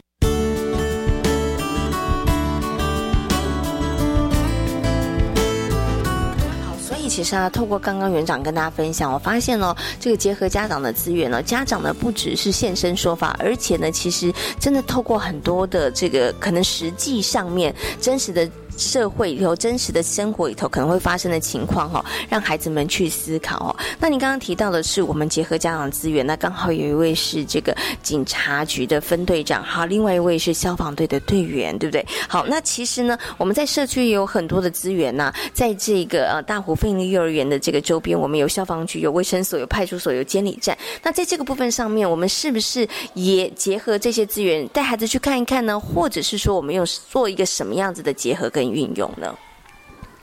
其实啊，透过刚刚园长跟大家分享，我发现哦，这个结合家长的资源呢，家长呢不只是现身说法，而且呢，其实真的透过很多的这个可能实际上面真实的社会里头、真实的生活里头可能会发生的情况哈，让孩子们去思考哦。那你刚刚提到的是我们结合家长资源，那刚好有一位是这个警察局的分队长，好，另外一位是消防队的队员，对不对？好，那其实呢，我们在社区也有很多的资源呐、啊，在这个呃大湖非营利幼儿园的这个周边，我们有消防局、有卫生所、有派出所、有监理站。那在这个部分上面，我们是不是也结合这些资源，带孩子去看一看呢？或者是说，我们有做一个什么样子的结合跟运用呢？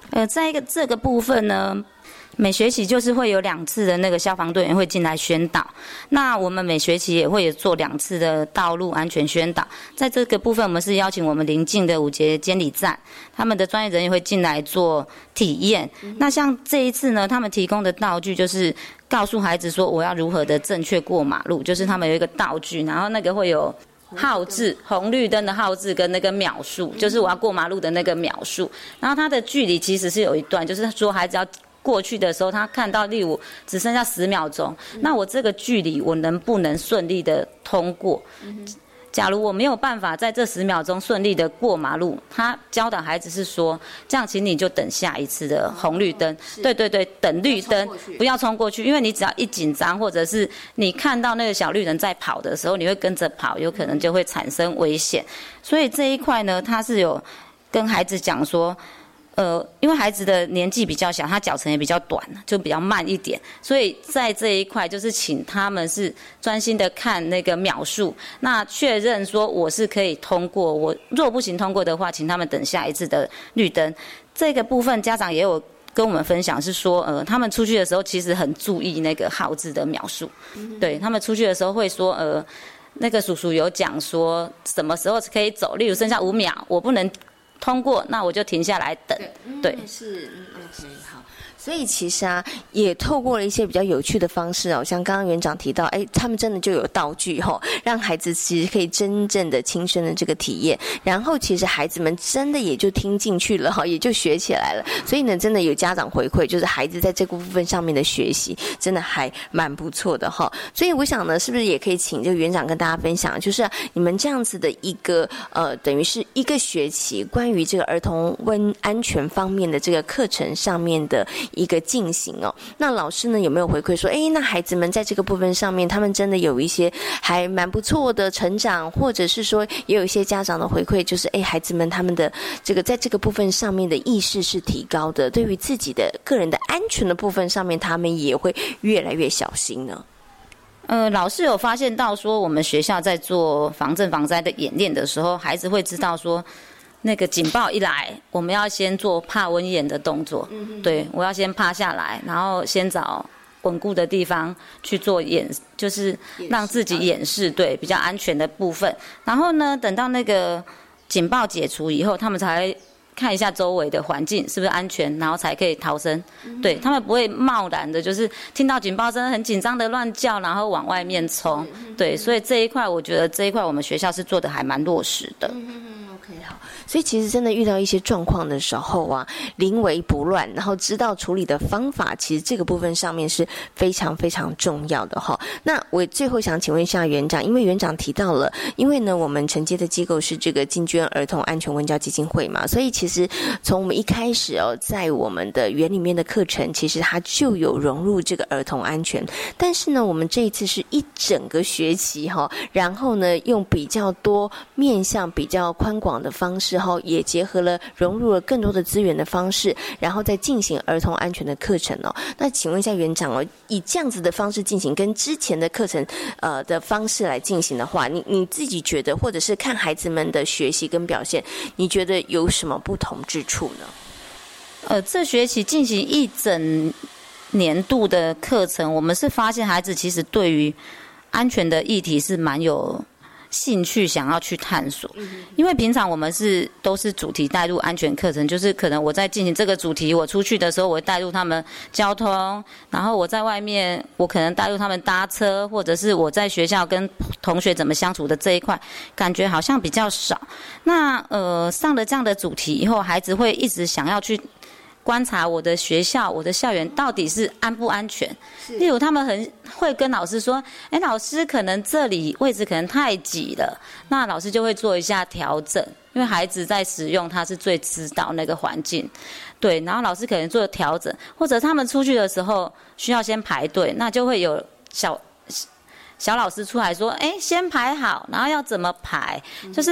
呃，在一个这个部分呢，每学期就是会有两次的那个消防队员会进来宣导，那我们每学期也会有做两次的道路安全宣导。在这个部分，我们是邀请我们邻近的五节监理站，他们的专业人员会进来做体验。嗯、那像这一次呢，他们提供的道具就是告诉孩子说我要如何的正确过马路，就是他们有一个道具，然后那个会有号志，红绿灯的号志跟那个秒数，就是我要过马路的那个秒数。然后它的距离其实是有一段，就是说孩子要过去的时候，他看到例如只剩下十秒钟，嗯、那我这个距离我能不能顺利的通过？嗯、假如我没有办法在这十秒钟顺利的过马路，他教导孩子是说，这样请你就等下一次的红绿灯，哦、对对对，等绿灯，不要冲过去，因为你只要一紧张，或者是你看到那个小绿人在跑的时候，你会跟着跑，有可能就会产生危险。所以这一块呢，他是有跟孩子讲说。呃，因为孩子的年纪比较小，他脚程也比较短，就比较慢一点，所以在这一块就是请他们是专心的看那个秒数，那确认说我是可以通过，我若不行通过的话，请他们等下一次的绿灯。这个部分家长也有跟我们分享，是说呃，他们出去的时候其实很注意那个号志的秒数，嗯、对他们出去的时候会说呃，那个叔叔有讲说什么时候可以走，例如剩下五秒，我不能通过，那我就停下来等。 对，嗯、 对是，嗯 ，OK， 好。所以其实啊，也透过了一些比较有趣的方式哦，像刚刚园长提到，哎，他们真的就有道具哈、哦，让孩子其实可以真正的亲身的这个体验，然后其实孩子们真的也就听进去了哈，也就学起来了。所以呢，真的有家长回馈，就是孩子在这个部分上面的学习真的还蛮不错的哈。所以我想呢，是不是也可以请这个园长跟大家分享，就是、啊、你们这样子的一个呃，等于是一个学期关于这个儿童温安全方面的这个课程上面的一个进行哦，那老师呢有没有回馈说，哎，那孩子们在这个部分上面，他们真的有一些还蛮不错的成长，或者是说也有一些家长的回馈，就是哎，孩子们他们的这个在这个部分上面的意识是提高的，对于自己的个人的安全的部分上面，他们也会越来越小心呢。 呃，老师有发现到说，我们学校在做防震防灾的演练的时候，孩子会知道说。那个警报一来，我们要先做怕蚊眼的动作。嗯、对，我要先趴下来，然后先找稳固的地方去做掩，就是让自己掩饰，对，比较安全的部分。然后呢，等到那个警报解除以后，他们才看一下周围的环境是不是安全，然后才可以逃生。嗯、对，他们不会贸然的，就是听到警报声很紧张的乱叫，然后往外面冲。嗯、对，所以这一块我觉得这一块我们学校是做的还蛮落实的。 嗯 OK， 好，所以其实真的遇到一些状况的时候啊，临危不乱，然后知道处理的方法，其实这个部分上面是非常非常重要的哈。那我最后想请问一下园长，因为园长提到了，因为呢我们承接的机构是这个金娟儿童安全文教基金会嘛，所以其实从我们一开始哦，在我们的园里面的课程，其实它就有融入这个儿童安全，但是呢，我们这一次是一整个学期哈，然后呢用比较多面向比较宽广的方式哈，也结合了融入了更多的资源的方式，然后再进行儿童安全的课程哦。那请问一下园长哦，以这样子的方式进行，跟之前的课程呃的方式来进行的话，你你自己觉得，或者是看孩子们的学习跟表现，你觉得有什么不同之处呢？ 呃，这学期进行一整年度的课程，我们是发现孩子其实对于安全的议题是蛮有兴趣想要去探索，因为平常我们是都是主题带入安全课程，就是可能我在进行这个主题，我出去的时候我会带入他们交通，然后我在外面我可能带入他们搭车，或者是我在学校跟同学怎么相处的这一块，感觉好像比较少。那呃上了这样的主题以后，孩子会一直想要去观察我的学校、我的校园到底是安不安全。例如，他们很会跟老师说：“哎，老师，可能这里位置可能太挤了。”那老师就会做一下调整，因为孩子在使用，他是最知道那个环境。对，然后老师可能做调整，或者他们出去的时候需要先排队，那就会有小小老师出来说：“哎，先排好，然后要怎么排？”就是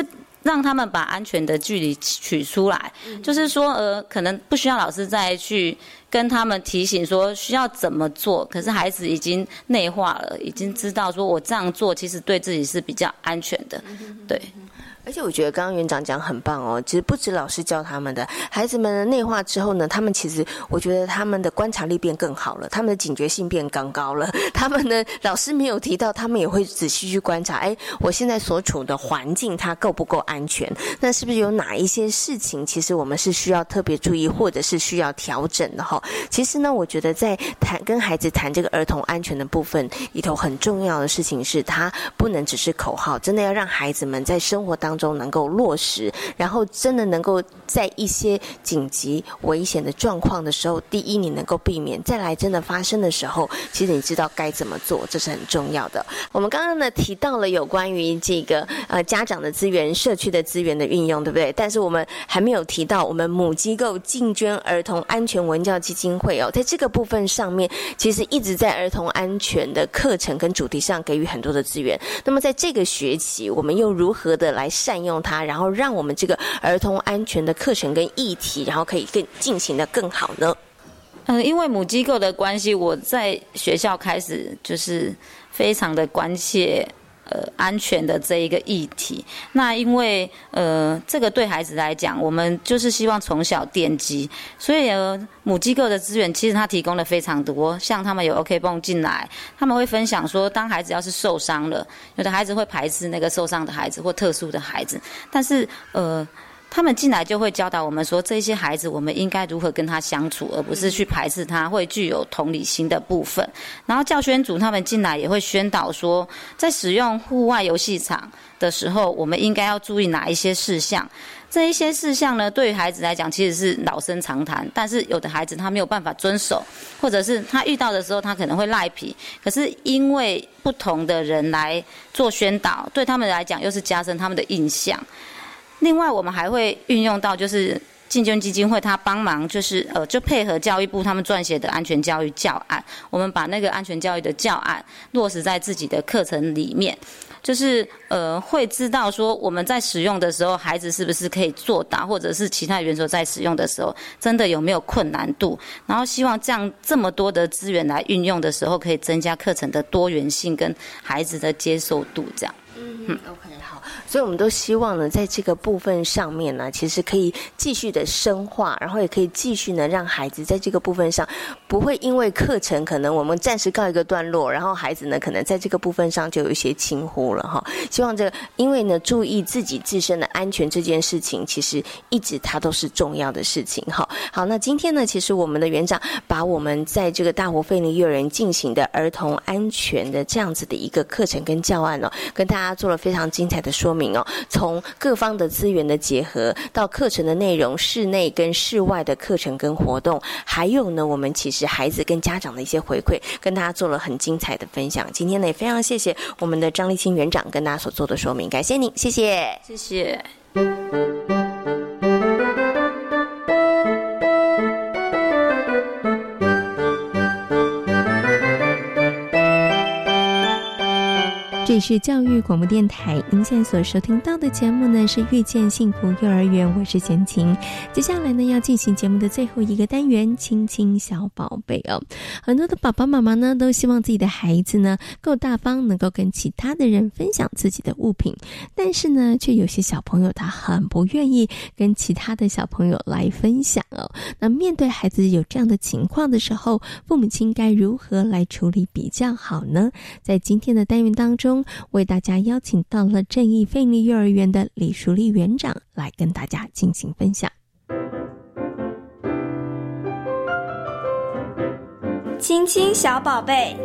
让他们把安全的距离取出来，嗯、就是说，呃，可能不需要老师再去跟他们提醒说需要怎么做，可是孩子已经内化了，已经知道说我这样做其实对自己是比较安全的，对。 而且我觉得刚刚园长讲很棒哦，其实不止老师教他们的，孩子们的内化之后呢，他们其实我觉得他们的观察力变更好了，他们的警觉性变更高了，他们呢老师没有提到，他们也会仔细去观察，哎，我现在所处的环境它够不够安全？那是不是有哪一些事情其实我们是需要特别注意，或者是需要调整的哈？其实呢，我觉得在谈跟孩子谈这个儿童安全的部分里头，很重要的事情是，他不能只是口号，真的要让孩子们在生活当中中能够落实，然后真的能够在一些紧急危险的状况的时候，第一你能够避免，再来真的发生的时候，其实你知道该怎么做，这是很重要的。我们刚刚呢提到了有关于这个呃家长的资源、社区的资源的运用，对不对？但是我们还没有提到我们母机构进捐儿童安全文教基金会哦，在这个部分上面，其实一直在儿童安全的课程跟主题上给予很多的资源。那么在这个学期，我们又如何的来善用它，然后让我们这个儿童安全的课程跟议题，然后可以更进行的更好呢？ 嗯、呃，因为母机构的关系，我在学校开始就是非常的关切呃安全的这一个议题。那因为呃这个对孩子来讲，我们就是希望从小奠基，所以呃母机构的资源其实它提供了非常多，像他们有 OK 绷进来，他们会分享说，当孩子要是受伤了，有的孩子会排斥那个受伤的孩子或特殊的孩子，但是呃。他们进来就会教导我们说，这些孩子我们应该如何跟他相处，而不是去排斥他，会具有同理心的部分。然后教宣组他们进来也会宣导说，在使用户外游戏场的时候，我们应该要注意哪一些事项。这一些事项呢，对于孩子来讲其实是老生常谈，但是有的孩子他没有办法遵守，或者是他遇到的时候他可能会赖皮，可是因为不同的人来做宣导，对他们来讲又是加深他们的印象。另外我们还会运用到就是进捐基金会，他帮忙就是呃就配合教育部他们撰写的安全教育教案，我们把那个安全教育的教案落实在自己的课程里面，就是呃会知道说我们在使用的时候孩子是不是可以做到，或者是其他元首在使用的时候真的有没有困难度，然后希望这样这么多的资源来运用的时候，可以增加课程的多元性跟孩子的接受度这样。 嗯 ，OK， 好，所以我们都希望呢，在这个部分上面呢，其实可以继续的深化，然后也可以继续呢，让孩子在这个部分上不会因为课程可能我们暂时告一个段落，然后孩子呢可能在这个部分上就有一些轻忽了哈。希望这个，因为呢注意自己自身的安全这件事情，其实一直它都是重要的事情哈。好，那今天呢，其实我们的园长把我们在这个大湖非营幼儿园进行的儿童安全的这样子的一个课程跟教案哦，跟大家做了非常精彩的说明哦，从各方的资源的结合到课程的内容，室内跟室外的课程跟活动，还有呢我们其实孩子跟家长的一些回馈，跟大家做了很精彩的分享。今天呢也非常谢谢我们的张立清园长跟大家所做的说明，感谢您，谢谢， 谢谢。 这里是教育广播电台，您现在所收听到的节目呢是遇见幸福幼儿园，我是贤琴。接下来呢要进行节目的最后一个单元，亲亲小宝贝哦。很多的爸爸妈妈呢都希望自己的孩子呢够大方，能够跟其他的人分享自己的物品，但是呢却有些小朋友他很不愿意跟其他的小朋友来分享哦。那面对孩子有这样的情况的时候，父母亲该如何来处理比较好呢？在今天的单元当中，为大家邀请到了正义非营利幼儿园的李淑丽园长来跟大家进行分享。 亲亲小宝贝，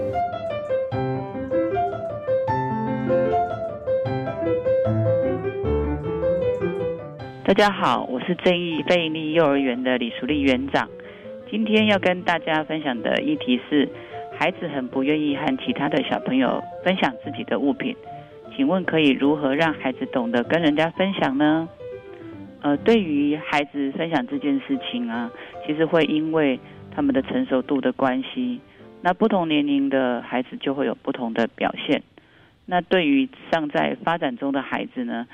大家好，我是正义非营利幼儿园的李淑丽园长。今天要跟大家分享的议题是孩子很不愿意和其他的小朋友分享自己的物品，请问可以如何让孩子懂得跟人家分享呢？呃，对于孩子分享这件事情啊，其实会因为他们的成熟度的关系，那不同年龄的孩子就会有不同的表现。那对于尚在发展中的孩子呢，其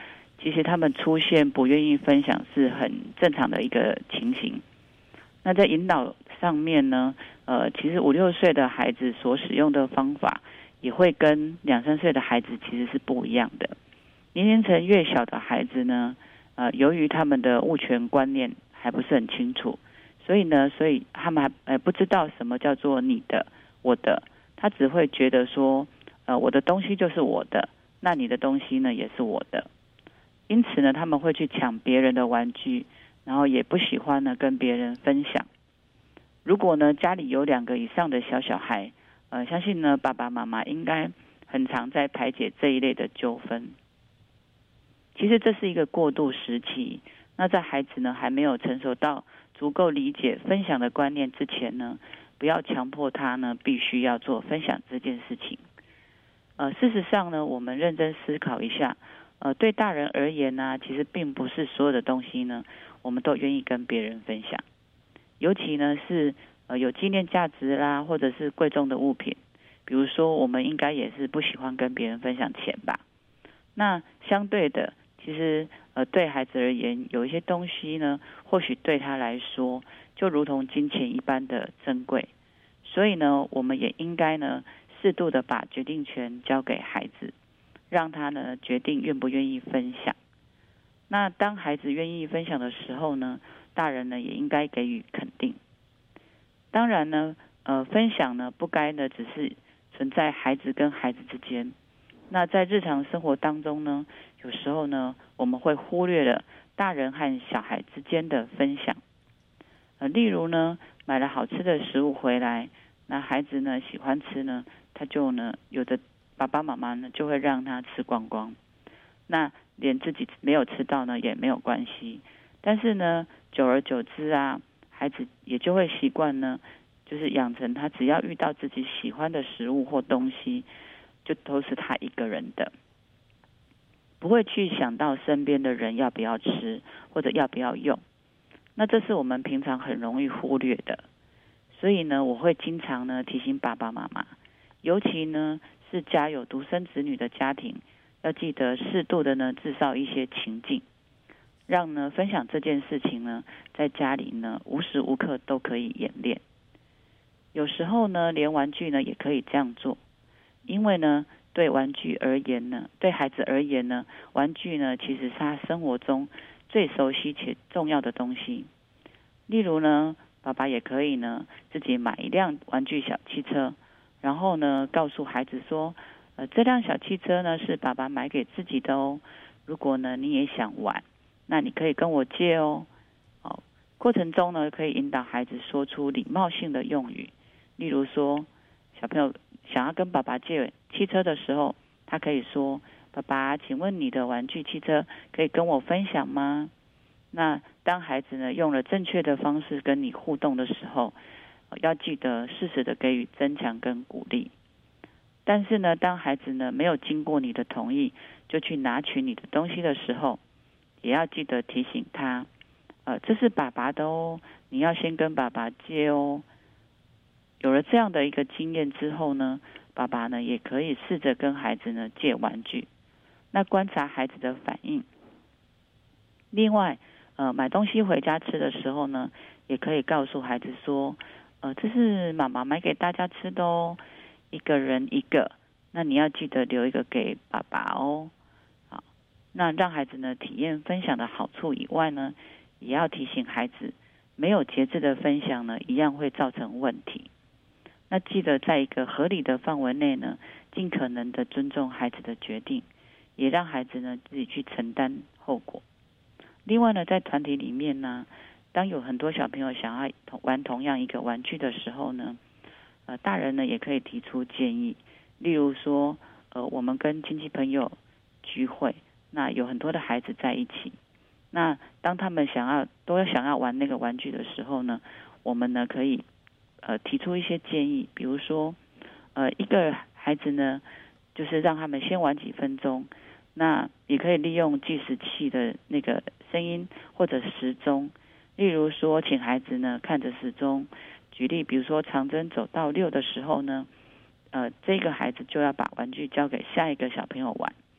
其实他们出现不愿意分享是很正常的一个情形。那在引导上面呢，呃，其实五六岁的孩子所使用的方法也会跟两三岁的孩子其实是不一样的。年龄层越小的孩子呢，呃，由于他们的物权观念还不是很清楚，所以呢，所以他们还呃不知道什么叫做你的、我的，他只会觉得说，呃，我的东西就是我的，那你的东西呢也是我的。因此呢，他们会去抢别人的玩具，然后也不喜欢呢跟别人分享。如果呢家里有两个以上的小小孩，呃，相信呢爸爸妈妈应该很常在排解这一类的纠纷。其实这是一个过渡时期，那在孩子呢还没有成熟到足够理解分享的观念之前呢，不要强迫他呢必须要做分享这件事情。呃，事实上呢，我们认真思考一下，呃，对大人而言呢，其实并不是所有的东西呢，我们都愿意跟别人分享，尤其呢是呃有纪念价值啦，或者是贵重的物品，比如说我们应该也是不喜欢跟别人分享钱吧。那相对的，其实呃对孩子而言，有一些东西呢，或许对他来说就如同金钱一般的珍贵，所以呢，我们也应该呢适度的把决定权交给孩子，让他呢决定愿不愿意分享。那当孩子愿意分享的时候呢，大人呢也应该给予肯定。当然呢，呃，分享呢不该呢只是存在孩子跟孩子之间。那在日常生活当中呢，有时候呢我们会忽略了大人和小孩之间的分享。呃，例如呢，买了好吃的食物回来，那孩子呢喜欢吃呢，他就呢有的爸爸妈妈呢就会让他吃光光，那连自己没有吃到呢也没有关系。但是呢，久而久之啊，孩子也就会习惯呢，就是养成他只要遇到自己喜欢的食物或东西，就都是他一个人的，不会去想到身边的人要不要吃或者要不要用。那这是我们平常很容易忽略的。所以呢，我会经常呢提醒爸爸妈妈，尤其呢是家有独生子女的家庭，要记得适度的呢制造一些情境，让呢分享这件事情呢在家里呢无时无刻都可以演练。有时候呢连玩具呢也可以这样做，因为呢对玩具而言呢，对孩子而言呢，玩具呢其实是他生活中最熟悉且重要的东西。例如呢，爸爸也可以呢自己买一辆玩具小汽车，然后呢告诉孩子说，呃，这辆小汽车呢是爸爸买给自己的哦，如果呢你也想玩，那你可以跟我借哦。哦，过程中呢可以引导孩子说出礼貌性的用语，例如说，小朋友想要跟爸爸借汽车的时候，他可以说，爸爸，请问你的玩具汽车可以跟我分享吗？那当孩子呢用了正确的方式跟你互动的时候，要记得适时的给予增强跟鼓励。但是呢，当孩子呢没有经过你的同意就去拿取你的东西的时候，也要记得提醒他，呃，这是爸爸的哦，你要先跟爸爸借哦。有了这样的一个经验之后呢，爸爸呢也可以试着跟孩子呢借玩具，那观察孩子的反应。另外，呃，买东西回家吃的时候呢，也可以告诉孩子说，呃，这是妈妈买给大家吃的哦，一个人一个，那你要记得留一个给爸爸哦。好，那让孩子呢体验分享的好处以外呢，也要提醒孩子，没有节制的分享呢，一样会造成问题。那记得在一个合理的范围内呢，尽可能的尊重孩子的决定，也让孩子呢自己去承担后果。另外呢，在团体里面呢，当有很多小朋友想要玩同样一个玩具的时候呢，呃，大人呢也可以提出建议，例如说，呃，我们跟亲戚朋友聚会，那有很多的孩子在一起，那当他们想要都想要玩那个玩具的时候呢，我们呢可以呃提出一些建议，比如说，呃，一个孩子呢，就是让他们先玩几分钟，那也可以利用计时器的那个声音或者时钟，例如说，请孩子呢看着时钟，举例，比如说长针走到六的时候呢，呃，这个孩子就要把玩具交给下一个小朋友玩。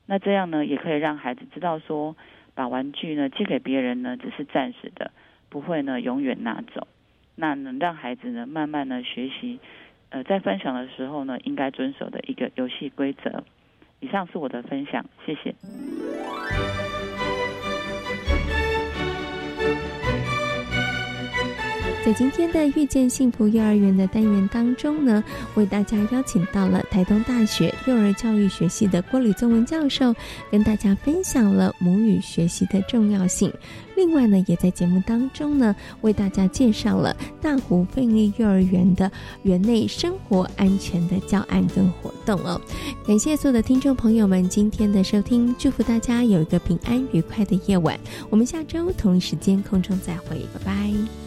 那这样呢，也可以让孩子知道说，把玩具呢借给别人呢，只是暂时的，不会呢永远拿走。那能让孩子呢慢慢呢学习，呃，在分享的时候呢，应该遵守的一个游戏规则。以上是我的分享，谢谢。 在今天的遇见幸福幼儿园的单元当中呢，为大家邀请到了台东大学幼儿教育学系的郭吕宗文教授，跟大家分享了母语学习的重要性。另外呢，也在节目当中呢，为大家介绍了大湖费力幼儿园的园内生活安全的教案跟活动哦。感谢所有的听众朋友们今天的收听，祝福大家有一个平安愉快的夜晚。我们下周同一时间空中再会，拜拜。